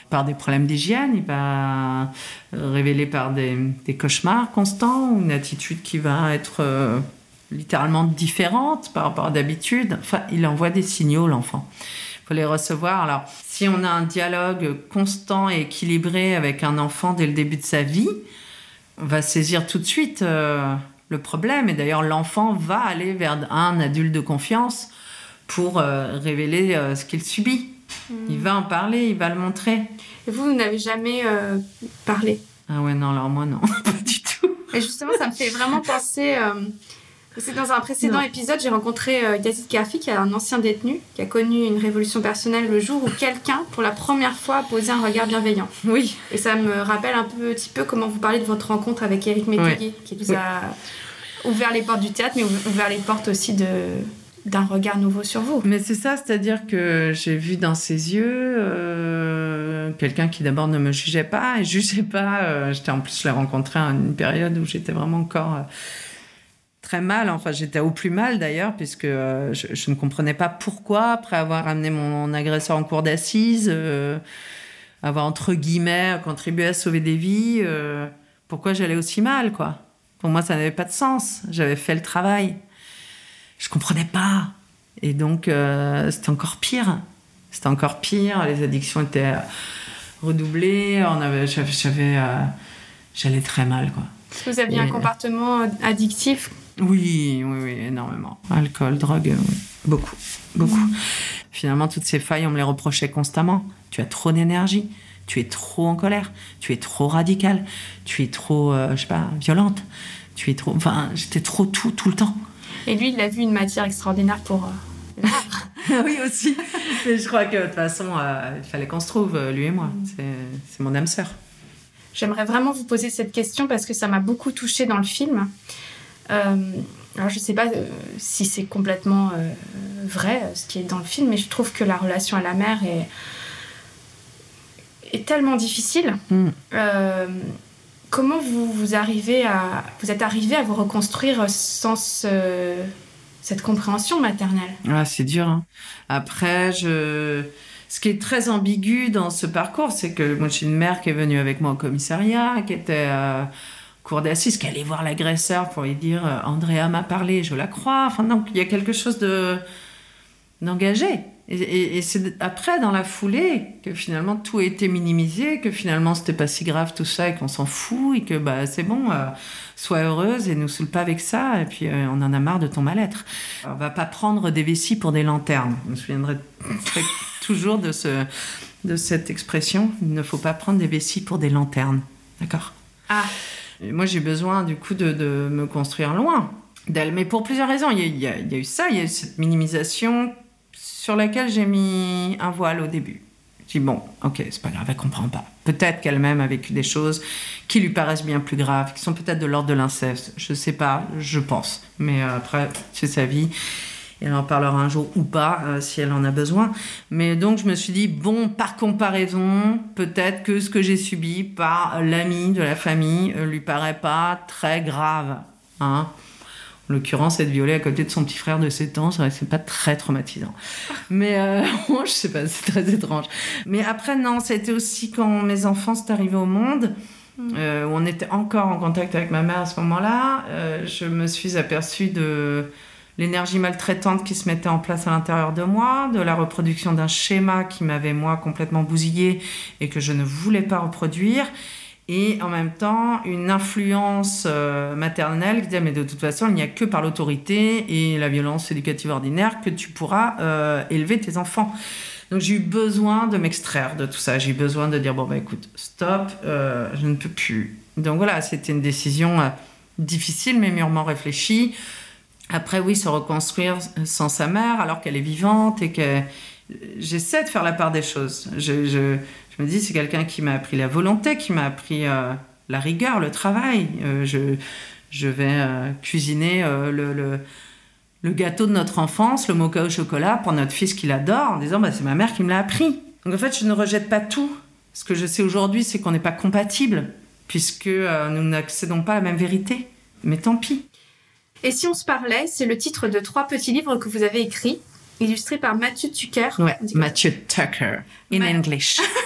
par des problèmes d'hygiène, il va révéler par des cauchemars constants, ou une attitude qui va être littéralement différente par rapport à d'habitude. Enfin, il envoie des signaux, l'enfant. Il faut les recevoir. Alors, si on a un dialogue constant et équilibré avec un enfant dès le début de sa vie, on va saisir tout de suite le problème. Et d'ailleurs, l'enfant va aller vers un adulte de confiance pour révéler ce qu'il subit. Il va en parler, il va le montrer. Et vous n'avez jamais parlé? Ah ouais, non, alors moi, non, pas du tout. Et justement, ça me fait vraiment penser... C'est dans un précédent épisode, j'ai rencontré Yazid Kaafi, qui est un ancien détenu, qui a connu une révolution personnelle le jour où quelqu'un, pour la première fois, a posé un regard bienveillant. Oui. Et ça me rappelle un petit peu comment vous parlez de votre rencontre avec Éric Métayer, qui vous a ouvert les portes du théâtre, mais ouvert les portes aussi d'un regard nouveau sur vous. Mais c'est ça, c'est-à-dire que j'ai vu dans ses yeux quelqu'un qui d'abord ne me jugeait pas, et jugeait pas. Je l'ai rencontré à une période où j'étais vraiment encore... très mal, enfin j'étais au plus mal d'ailleurs, puisque je ne comprenais pas pourquoi, après avoir amené mon agresseur en cour d'assises, avoir entre guillemets contribué à sauver des vies, pourquoi j'allais aussi mal, quoi. Pour moi ça n'avait pas de sens, j'avais fait le travail, je comprenais pas, et donc c'était encore pire, les addictions étaient redoublées, j'allais très mal, quoi. Est-ce que vous aviez un comportement addictif? Oui, énormément. Alcool, drogue, oui. Beaucoup. Finalement, toutes ces failles, on me les reprochait constamment. Tu as trop d'énergie, tu es trop en colère, tu es trop radicale, tu es trop, violente, tu es trop... Enfin, j'étais trop tout le temps. Et lui, il a vu une matière extraordinaire pour l'art. Oui, aussi. Mais je crois que, de toute façon, il fallait qu'on se trouve, lui et moi. C'est mon âme sœur. J'aimerais vraiment vous poser cette question parce que ça m'a beaucoup touchée dans le film. Alors, je ne sais pas si c'est complètement vrai, ce qui est dans le film, mais je trouve que la relation à la mère est tellement difficile. Comment vous êtes arrivé à vous reconstruire sans cette compréhension maternelle? Ah, c'est dur, hein. Après, ce qui est très ambigu dans ce parcours, c'est que moi, j'ai une mère qui est venue avec moi au commissariat, qui était cour d'assises, qui allait voir l'agresseur pour lui dire « Andrea m'a parlé, je la crois ». Enfin, donc, il y a quelque chose d'engagé. Et c'est après, dans la foulée, que finalement, tout a été minimisé, que finalement, c'était pas si grave tout ça et qu'on s'en fout et que c'est bon, sois heureuse et nous saoule pas avec ça. Et puis, on en a marre de ton mal-être. On va pas prendre des vessies pour des lanternes. Je me souviendrai toujours de cette expression. Il ne faut pas prendre des vessies pour des lanternes. D'accord ? Ah. Et moi, j'ai besoin, du coup, de me construire loin d'elle. Mais pour plusieurs raisons. Il y a eu ça, il y a eu cette minimisation sur laquelle j'ai mis un voile au début. Je dis, bon, ok, c'est pas grave, elle comprend pas. Peut-être qu'elle-même a vécu des choses qui lui paraissent bien plus graves, qui sont peut-être de l'ordre de l'inceste. Je sais pas, je pense. Mais après, c'est sa vie. Et elle en parlera un jour ou pas, si elle en a besoin. Mais donc, je me suis dit, bon, par comparaison, peut-être que ce que j'ai subi par l'ami de la famille lui paraît pas très grave. Hein. En l'occurrence, être violée à côté de son petit frère de 7 ans, c'est pas très traumatisant. Mais je sais pas, c'est très étrange. Mais après, non, ça a été aussi quand mes enfants sont arrivés au monde, où on était encore en contact avec ma mère à ce moment-là. Je me suis aperçue de l'énergie maltraitante qui se mettait en place à l'intérieur de moi, de la reproduction d'un schéma qui m'avait, moi, complètement bousillée et que je ne voulais pas reproduire. Et en même temps, une influence maternelle qui disait « mais de toute façon, il n'y a que par l'autorité et la violence éducative ordinaire que tu pourras élever tes enfants ». Donc j'ai eu besoin de m'extraire de tout ça. J'ai eu besoin de dire « bon, bah écoute, stop, je ne peux plus ». Donc voilà, c'était une décision difficile mais mûrement réfléchie. Après, oui, se reconstruire sans sa mère alors qu'elle est vivante et que j'essaie de faire la part des choses. Je me dis, c'est quelqu'un qui m'a appris la volonté, qui m'a appris la rigueur, le travail. Je vais cuisiner le gâteau de notre enfance, le mocha au chocolat, pour notre fils qui l'adore, en disant c'est ma mère qui me l'a appris. Donc en fait, je ne rejette pas tout. Ce que je sais aujourd'hui, c'est qu'on n'est pas compatibles, puisque nous n'accédons pas à la même vérité. Mais tant pis. Et si on se parlait, c'est le titre de 3 petits livres que vous avez écrits, illustrés par Matthew Tucker. Ouais, Matthew Tucker, in English.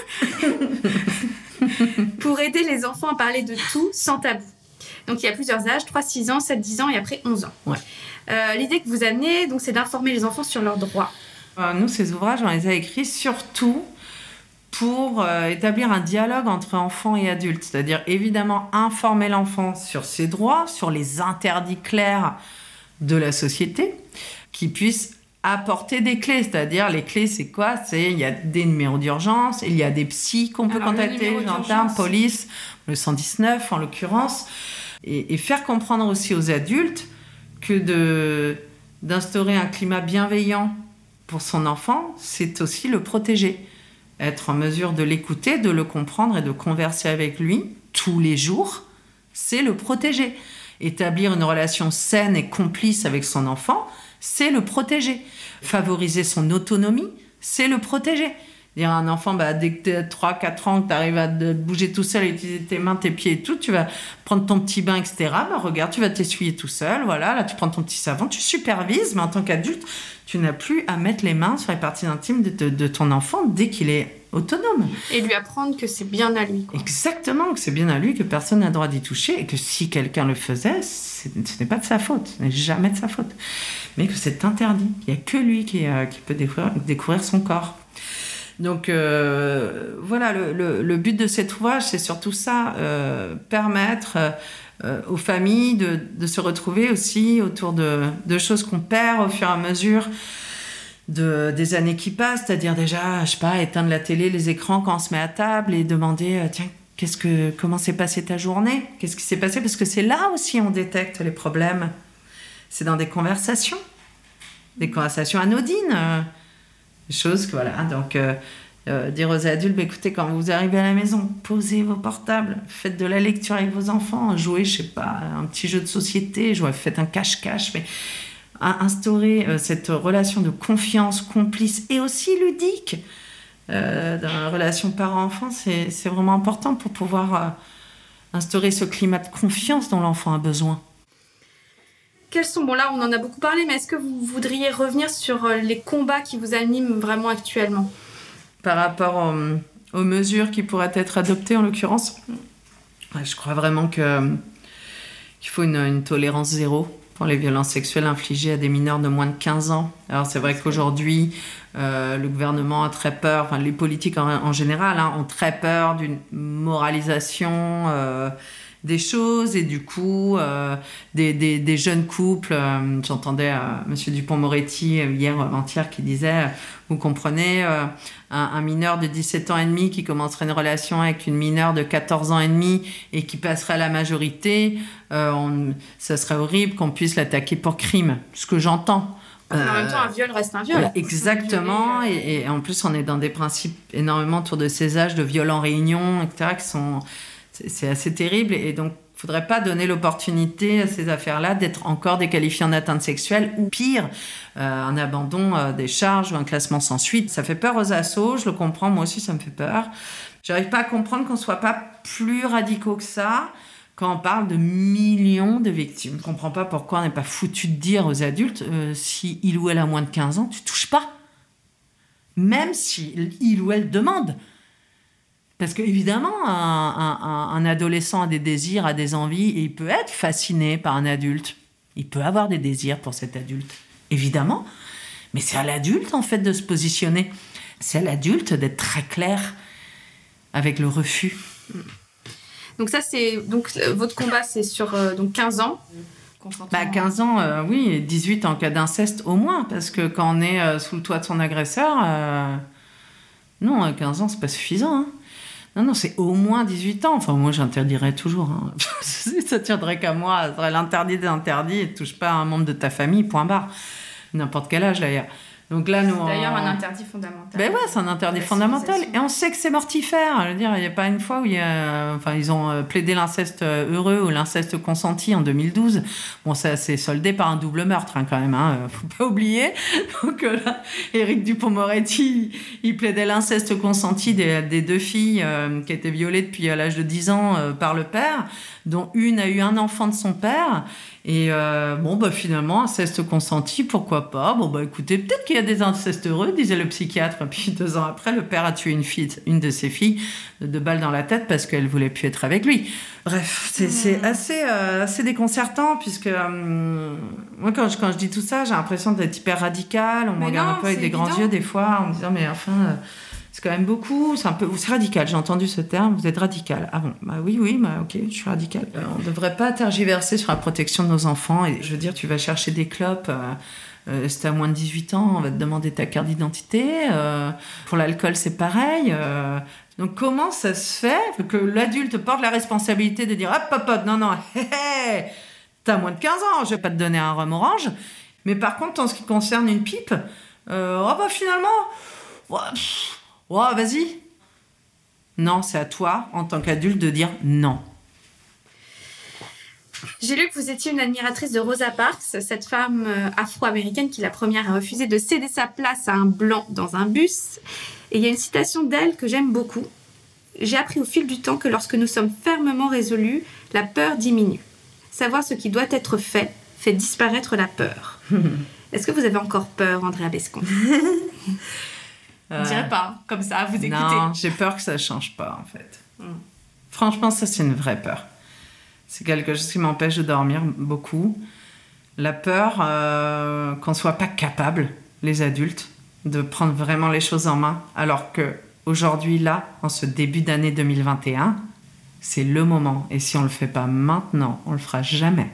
pour aider les enfants à parler de tout sans tabou. Donc il y a plusieurs âges, 3, 6 ans, 7, 10 ans et après 11 ans. Ouais. L'idée que vous amenez, donc, c'est d'informer les enfants sur leurs droits. Nous, ces ouvrages, on les a écrits surtout pour établir un dialogue entre enfants et adultes. C'est-à-dire, évidemment, informer l'enfant sur ses droits, sur les interdits clairs de la société, qui puisse apporter des clés. C'est-à-dire, les clés, c'est quoi ? Il y a des numéros d'urgence, il y a des psys qu'on peut contacter, gendarmes, police, le 119 en l'occurrence, et faire comprendre aussi aux adultes que d'instaurer un climat bienveillant pour son enfant, c'est aussi le protéger. Être en mesure de l'écouter, de le comprendre et de converser avec lui tous les jours, c'est le protéger. Établir une relation saine et complice avec son enfant, c'est le protéger. Favoriser son autonomie, c'est le protéger. Dire à un enfant, dès que tu as 3-4 ans, que tu arrives à bouger tout seul, utiliser tes mains, tes pieds et tout, tu vas prendre ton petit bain, etc. Regarde, tu vas t'essuyer tout seul, voilà, là tu prends ton petit savon, tu supervises, mais en tant qu'adulte, tu n'as plus à mettre les mains sur les parties intimes de ton enfant dès qu'il est autonome. Et lui apprendre que c'est bien à lui, quoi. Exactement, que c'est bien à lui, que personne n'a le droit d'y toucher, et que si quelqu'un le faisait, ce n'est pas de sa faute, ce n'est jamais de sa faute. Mais que c'est interdit, il n'y a que lui qui peut découvrir son corps. Donc voilà, le but de cet ouvrage, c'est surtout ça, permettre aux familles de se retrouver aussi autour de choses qu'on perd au fur et à mesure des années qui passent, c'est-à-dire déjà, je sais pas, éteindre la télé, les écrans quand on se met à table et demander, tiens, comment s'est passée ta journée ? Qu'est-ce qui s'est passé ? Parce que c'est là aussi on détecte les problèmes. C'est dans des conversations anodines. Des choses que voilà, donc dire aux adultes, écoutez, quand vous arrivez à la maison, posez vos portables, faites de la lecture avec vos enfants, jouez, je sais pas, un petit jeu de société, faites un cache-cache, mais instaurer cette relation de confiance complice et aussi ludique dans la relation parent-enfant, c'est vraiment important pour pouvoir instaurer ce climat de confiance dont l'enfant a besoin. Quels sont, là on en a beaucoup parlé, mais est-ce que vous voudriez revenir sur les combats qui vous animent vraiment actuellement ? Par rapport aux mesures qui pourraient être adoptées en l'occurrence, je crois vraiment qu'il faut une tolérance zéro pour les violences sexuelles infligées à des mineurs de moins de 15 ans. Alors c'est vrai qu'aujourd'hui, le gouvernement a très peur, les politiques en général ont très peur d'une moralisation des choses et du coup des jeunes couples. J'entendais Monsieur Dupond-Moretti hier avant-hier qui disait vous comprenez, un mineur de 17 ans et demi qui commencerait une relation avec une mineure de 14 ans et demi et qui passerait à la majorité, ça serait horrible qu'on puisse l'attaquer pour crime, ce que j'entends. En même temps, un viol reste un viol. Exactement, et en plus on est dans des principes énormément autour de ces âges de viol en réunion, etc., qui sont... C'est assez terrible, et donc il ne faudrait pas donner l'opportunité à ces affaires-là d'être encore déqualifiées en atteinte sexuelle ou pire, un abandon des charges ou un classement sans suite. Ça fait peur aux assos, je le comprends, moi aussi ça me fait peur. J'arrive pas à comprendre qu'on ne soit pas plus radicaux que ça quand on parle de millions de victimes. Je ne comprends pas pourquoi on n'est pas foutu de dire aux adultes si il ou elle a moins de 15 ans, tu ne touches pas. Même si il ou elle demande. Parce qu'évidemment, un adolescent a des désirs, a des envies, et il peut être fasciné par un adulte. Il peut avoir des désirs pour cet adulte, évidemment. Mais c'est à l'adulte, en fait, de se positionner. C'est à l'adulte d'être très clair avec le refus. Donc ça, votre combat, c'est sur 15 ans. 15 ans, oui, et 18 en cas d'inceste au moins, parce que quand on est sous le toit de son agresseur, non, 15 ans, c'est pas suffisant, hein. Non, c'est au moins 18 ans. Enfin, moi, j'interdirais toujours. Hein. Ça tiendrait qu'à moi. Ça serait l'interdit des interdits et ne touche pas à un membre de ta famille, point barre. N'importe quel âge, d'ailleurs. Donc là, nous... D'ailleurs, un interdit fondamental. C'est un interdit fondamental. Et on sait que c'est mortifère. Je veux dire, il n'y a pas une fois où ils ont plaidé l'inceste heureux ou l'inceste consenti en 2012. Bon, ça s'est soldé par un double meurtre, quand même. Faut pas oublier. Donc là, Éric Dupond-Moretti, il plaidait l'inceste consenti des deux filles qui étaient violées depuis l'âge de 10 ans par le père, dont une a eu un enfant de son père. Et finalement, inceste consenti, pourquoi pas? Écoutez, peut-être qu'il y a des incestes heureux, disait le psychiatre. Et puis 2 ans après, le père a tué une de ses filles de 2 balles dans la tête parce qu'elle voulait plus être avec lui. Bref, c'est assez déconcertant puisque moi, quand je dis tout ça, j'ai l'impression d'être hyper radicale. On me regarde un peu avec des grands yeux des fois en me disant mais enfin... c'est quand même beaucoup, c'est radical, j'ai entendu ce terme, vous êtes radical. Ah bon, oui, ok, je suis radical. On ne devrait pas tergiverser sur la protection de nos enfants. Et je veux dire, tu vas chercher des clopes, si t'as moins de 18 ans, on va te demander ta carte d'identité. Pour l'alcool, c'est pareil. Donc comment ça se fait que l'adulte porte la responsabilité de dire « Hop, non, t'as moins de 15 ans, je vais pas te donner un rhum orange. » Mais par contre, en ce qui concerne une pipe, finalement... vas-y. Non, c'est à toi, en tant qu'adulte, de dire non. J'ai lu que vous étiez une admiratrice de Rosa Parks, cette femme afro-américaine qui, la première, a refusé de céder sa place à un blanc dans un bus. Et il y a une citation d'elle que j'aime beaucoup. « J'ai appris au fil du temps que lorsque nous sommes fermement résolus, la peur diminue. Savoir ce qui doit être fait disparaître la peur. » Est-ce que vous avez encore peur, Andrea Bescon? Je dirais pas, comme ça, vous écoutez. Non, j'ai peur que ça change pas, en fait. Franchement, ça, c'est une vraie peur. C'est quelque chose qui m'empêche de dormir beaucoup. La peur qu'on soit pas capable, les adultes, de prendre vraiment les choses en main, alors que aujourd'hui, là, en ce début d'année 2021, c'est le moment. Et si on le fait pas maintenant, on le fera jamais.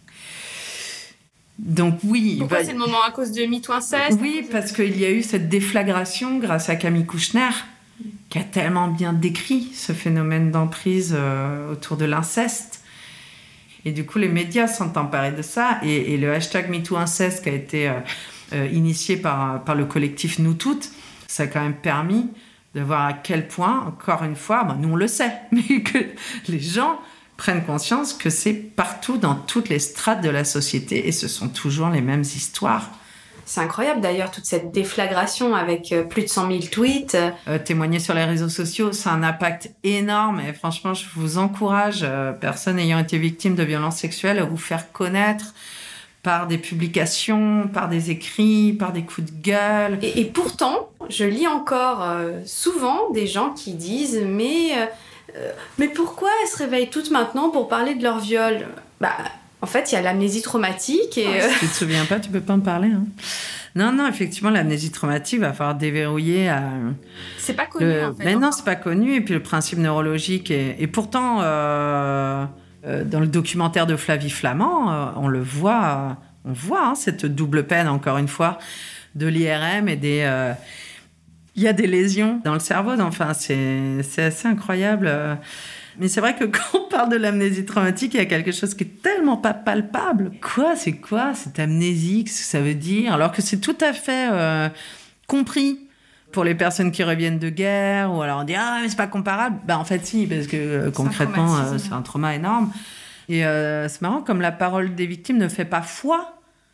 Donc oui. Pourquoi c'est le moment? À cause de MeToo inceste? Oui, parce qu'il y a eu cette déflagration grâce à Camille Kouchner, qui a tellement bien décrit ce phénomène d'emprise autour de l'inceste. Et du coup, les médias sont emparés de ça. Et le hashtag MeToo inceste qui a été initié par le collectif Nous Toutes, ça a quand même permis de voir à quel point, encore une fois, nous on le sait, mais que les gens prennent conscience que c'est partout dans toutes les strates de la société et ce sont toujours les mêmes histoires. C'est incroyable d'ailleurs, toute cette déflagration avec plus de 100 000 tweets. Témoigner sur les réseaux sociaux, c'est un impact énorme et franchement, je vous encourage, personne ayant été victime de violences sexuelles, à vous faire connaître par des publications, par des écrits, par des coups de gueule. Et pourtant, je lis encore souvent des gens qui disent « Mais pourquoi elles se réveillent toutes maintenant pour parler de leur viol ?» En fait, il y a l'amnésie traumatique et... Si tu te souviens pas, tu peux pas en parler. Hein. Non, effectivement, l'amnésie traumatique va falloir déverrouiller... C'est pas connu, en fait. Mais non, c'est pas connu. Et puis le principe neurologique... Et pourtant, dans le documentaire de Flavie Flament, on le voit... on voit cette double peine, encore une fois, de l'IRM et des... Il y a des lésions dans le cerveau, enfin, c'est assez incroyable. Mais c'est vrai que quand on parle de l'amnésie traumatique, il y a quelque chose qui est tellement pas palpable. C'est quoi cette amnésie? Qu'est-ce que ça veut dire? Alors que c'est tout à fait compris pour les personnes qui reviennent de guerre, ou alors on dit « Ah, mais c'est pas comparable ». En fait, si, parce que concrètement, c'est un trauma énorme. Et c'est marrant, comme la parole des victimes ne fait pas foi,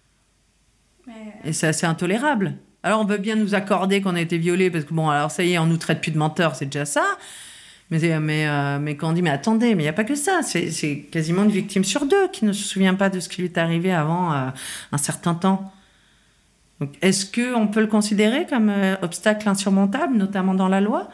et c'est assez intolérable. Alors, on veut bien nous accorder qu'on a été violés, parce que alors ça y est, on nous traite plus de menteurs, c'est déjà ça. Mais quand on dit, mais attendez, mais il n'y a pas que ça. C'est quasiment une victime sur 2 qui ne se souvient pas de ce qui lui est arrivé avant un certain temps. Donc, est-ce qu'on peut le considérer comme obstacle insurmontable, notamment dans la loi?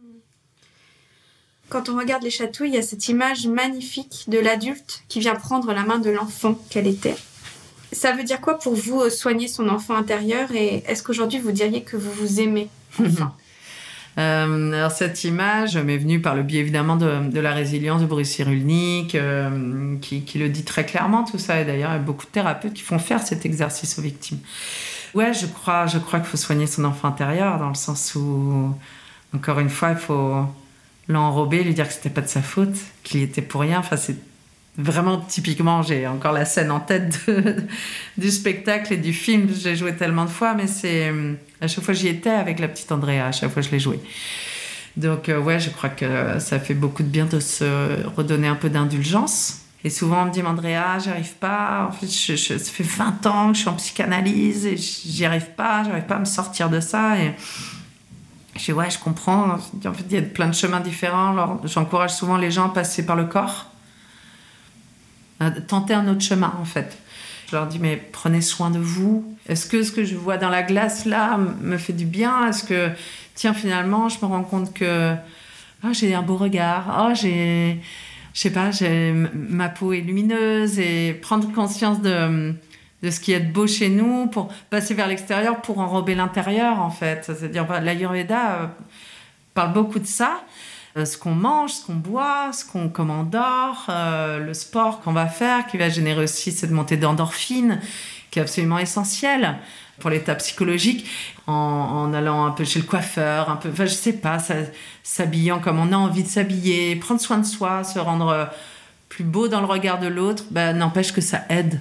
Quand on regarde les chatouilles, il y a cette image magnifique de l'adulte qui vient prendre la main de l'enfant qu'elle était. Ça veut dire quoi pour vous, soigner son enfant intérieur? Et est-ce qu'aujourd'hui, vous diriez que vous vous aimez enfin? Alors cette image m'est venue par le biais évidemment de la résilience de Boris Cyrulnik, qui le dit très clairement tout ça. Et d'ailleurs, il y a beaucoup de thérapeutes qui font faire cet exercice aux victimes. Ouais, je crois qu'il faut soigner son enfant intérieur, dans le sens où, encore une fois, il faut l'enrober, lui dire que c'était pas de sa faute, qu'il y était pour rien. Enfin, c'est vraiment, typiquement, j'ai encore la scène en tête du spectacle et du film. J'ai joué tellement de fois, mais à chaque fois j'y étais avec la petite Andrea, à chaque fois je l'ai joué. Donc ouais, je crois que ça fait beaucoup de bien de se redonner un peu d'indulgence. Et souvent on me dit, Andrea, j'arrive pas. En fait, ça fait 20 ans que je suis en psychanalyse et j'y arrive pas à me sortir de ça. Et je dis, ouais, je comprends. En fait, il y a plein de chemins différents. Alors, j'encourage souvent les gens à passer par le corps. tenter un autre chemin, en fait. Je leur dis, mais prenez soin de vous. Est-ce que ce que je vois dans la glace, là, me fait du bien? Est-ce que, tiens, finalement, je me rends compte que j'ai un beau regard. Je sais pas, ma peau est lumineuse. Et prendre conscience de ce qui est beau chez nous pour passer vers l'extérieur, pour enrober l'intérieur, en fait. C'est-à-dire, l'Ayurveda parle beaucoup de ça. Ce qu'on mange, ce qu'on boit, comment on dort, le sport qu'on va faire, qui va générer aussi cette montée d'endorphine, qui est absolument essentielle pour l'état psychologique, en allant un peu chez le coiffeur, un peu, je sais pas, s'habillant comme on a envie de s'habiller, prendre soin de soi, se rendre plus beau dans le regard de l'autre, n'empêche que ça aide.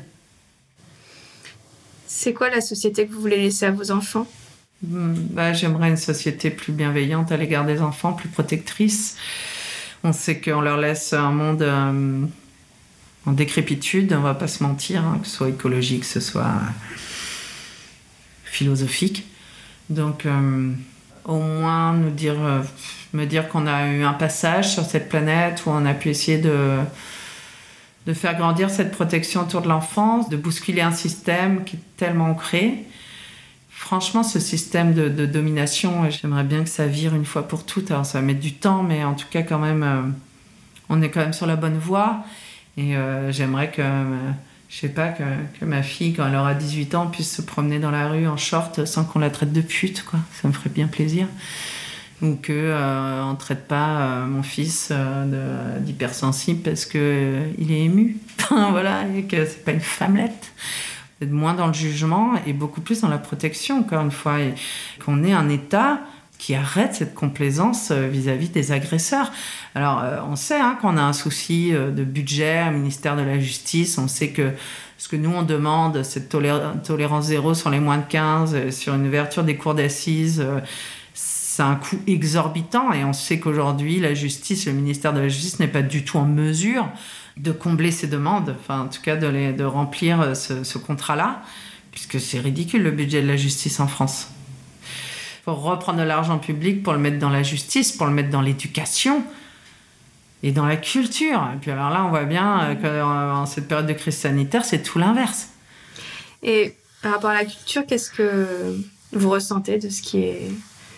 C'est quoi la société que vous voulez laisser à vos enfants ? J'aimerais une société plus bienveillante à l'égard des enfants, plus protectrice. On sait qu'on leur laisse un monde en décrépitude, on va pas se mentir, que ce soit écologique, que ce soit philosophique. Donc, au moins me dire qu'on a eu un passage sur cette planète où on a pu essayer de faire grandir cette protection autour de l'enfance, de bousculer un système qui est tellement ancré. Franchement, ce système de domination, j'aimerais bien que ça vire une fois pour toutes. Alors, ça va mettre du temps, mais en tout cas, quand même, on est quand même sur la bonne voie. Et j'aimerais que ma fille, quand elle aura 18 ans, puisse se promener dans la rue en short sans qu'on la traite de pute, quoi. Ça me ferait bien plaisir. Ou qu'on ne traite pas mon fils d'hypersensible parce qu'il est ému. Voilà, et que c'est pas une femmelette. D'être moins dans le jugement et beaucoup plus dans la protection, encore une fois, et qu'on ait un État qui arrête cette complaisance vis-à-vis des agresseurs. Alors, on sait qu'on a un souci de budget au ministère de la Justice. On sait que ce que nous, on demande, cette tolérance zéro sur les moins de 15, sur une ouverture des cours d'assises, c'est un coût exorbitant. Et on sait qu'aujourd'hui, la justice, le ministère de la Justice n'est pas du tout en mesure de combler ces demandes, enfin en tout cas de remplir ce contrat-là, puisque c'est ridicule le budget de la justice en France. Il faut reprendre de l'argent public pour le mettre dans la justice, pour le mettre dans l'éducation et dans la culture. Et puis alors là, on voit bien qu'en cette période de crise sanitaire, c'est tout l'inverse. Et par rapport à la culture, qu'est-ce que vous ressentez de ce qui est...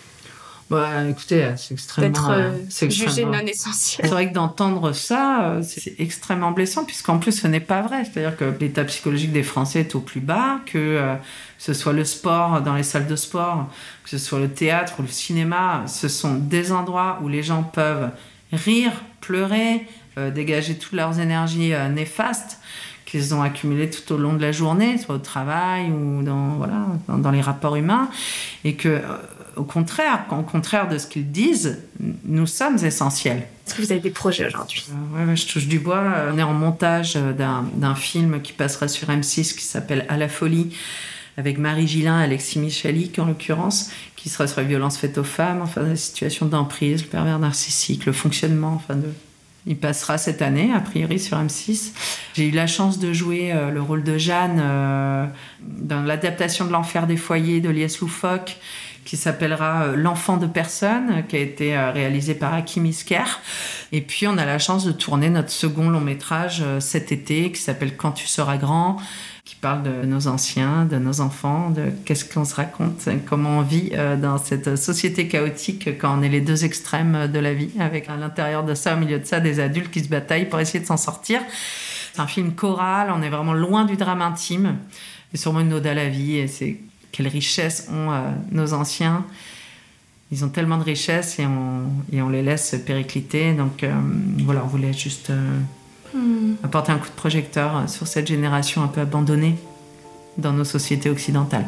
Écoutez, c'est extrêmement... D'être jugé non essentiel. C'est vrai que d'entendre ça, c'est extrêmement blessant, puisqu'en plus, ce n'est pas vrai. C'est-à-dire que l'état psychologique des Français est au plus bas, que ce soit le sport, dans les salles de sport, que ce soit le théâtre ou le cinéma, ce sont des endroits où les gens peuvent rire, pleurer, dégager toutes leurs énergies néfastes qu'ils ont accumulées tout au long de la journée, soit au travail ou dans les rapports humains, et que... Au contraire de ce qu'ils disent, nous sommes essentiels. Est-ce que vous avez des projets aujourd'hui ? Ouais, je touche du bois. On est en montage d'un film qui passera sur M6 qui s'appelle « À la folie » avec Marie Gillin et Alexis Michalik, en l'occurrence, qui sera sur les violences faites aux femmes, la situation d'emprise, le pervers narcissique, le fonctionnement, Il passera cette année, a priori, sur M6. J'ai eu la chance de jouer le rôle de Jeanne dans l'adaptation de l'Enfer des foyers de Lies Loufoque, qui s'appellera L'enfant de personne, qui a été réalisé par Hakim Isker. Et puis, on a la chance de tourner notre second long-métrage cet été, qui s'appelle Quand tu seras grand, qui parle de nos anciens, de nos enfants, de qu'est-ce qu'on se raconte, comment on vit dans cette société chaotique quand on est les deux extrêmes de la vie, avec à l'intérieur de ça, au milieu de ça, des adultes qui se bataillent pour essayer de s'en sortir. C'est un film choral, on est vraiment loin du drame intime. C'est sûrement une ode à la vie, et c'est quelle richesse ont nos anciens. Ils ont tellement de richesses et on les laisse péricliter. Donc on voulait juste apporter un coup de projecteur sur cette génération un peu abandonnée dans nos sociétés occidentales.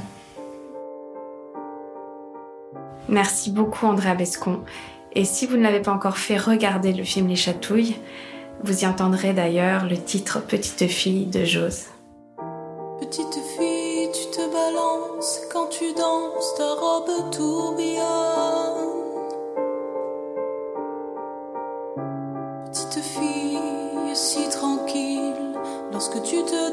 Merci beaucoup Andrea Bescon. Et si vous ne l'avez pas encore fait, regardez le film Les Chatouilles. Vous y entendrez d'ailleurs le titre Petite fille de Jose. Petite fille, tu te balances quand tu danses, ta robe tourbillonne. Petite fille, si tranquille, lorsque tu te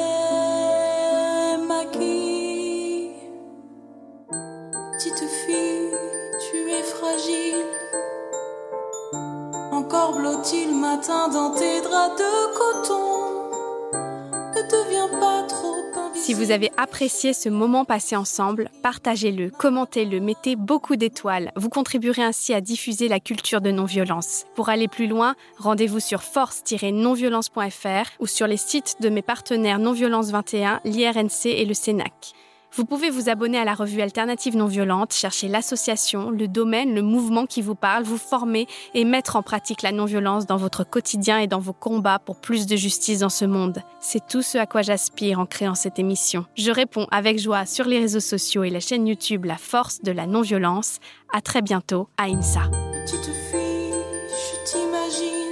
démaquilles. Petite fille, tu es fragile, encore blottis le matin dans tes draps de coton. Ne deviens pas trop invisible. Si vous avez apprécié ce moment passé ensemble, partagez-le, commentez-le, mettez beaucoup d'étoiles. Vous contribuerez ainsi à diffuser la culture de non-violence. Pour aller plus loin, rendez-vous sur force-nonviolence.fr ou sur les sites de mes partenaires Non-Violence 21, l'IRNC et le CENAC. Vous pouvez vous abonner à la revue Alternative Non-Violente, chercher l'association, le domaine, le mouvement qui vous parle, vous former et mettre en pratique la non-violence dans votre quotidien et dans vos combats pour plus de justice dans ce monde. C'est tout ce à quoi j'aspire en créant cette émission. Je réponds avec joie sur les réseaux sociaux et la chaîne YouTube La Force de la Non-Violence. À très bientôt, Aïnsa. Petite fille, je t'imagine,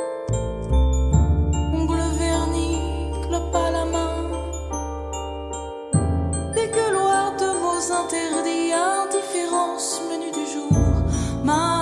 ongles vernis, clope à la main, dégueuloir de mots interdits, indifférence, menu du jour,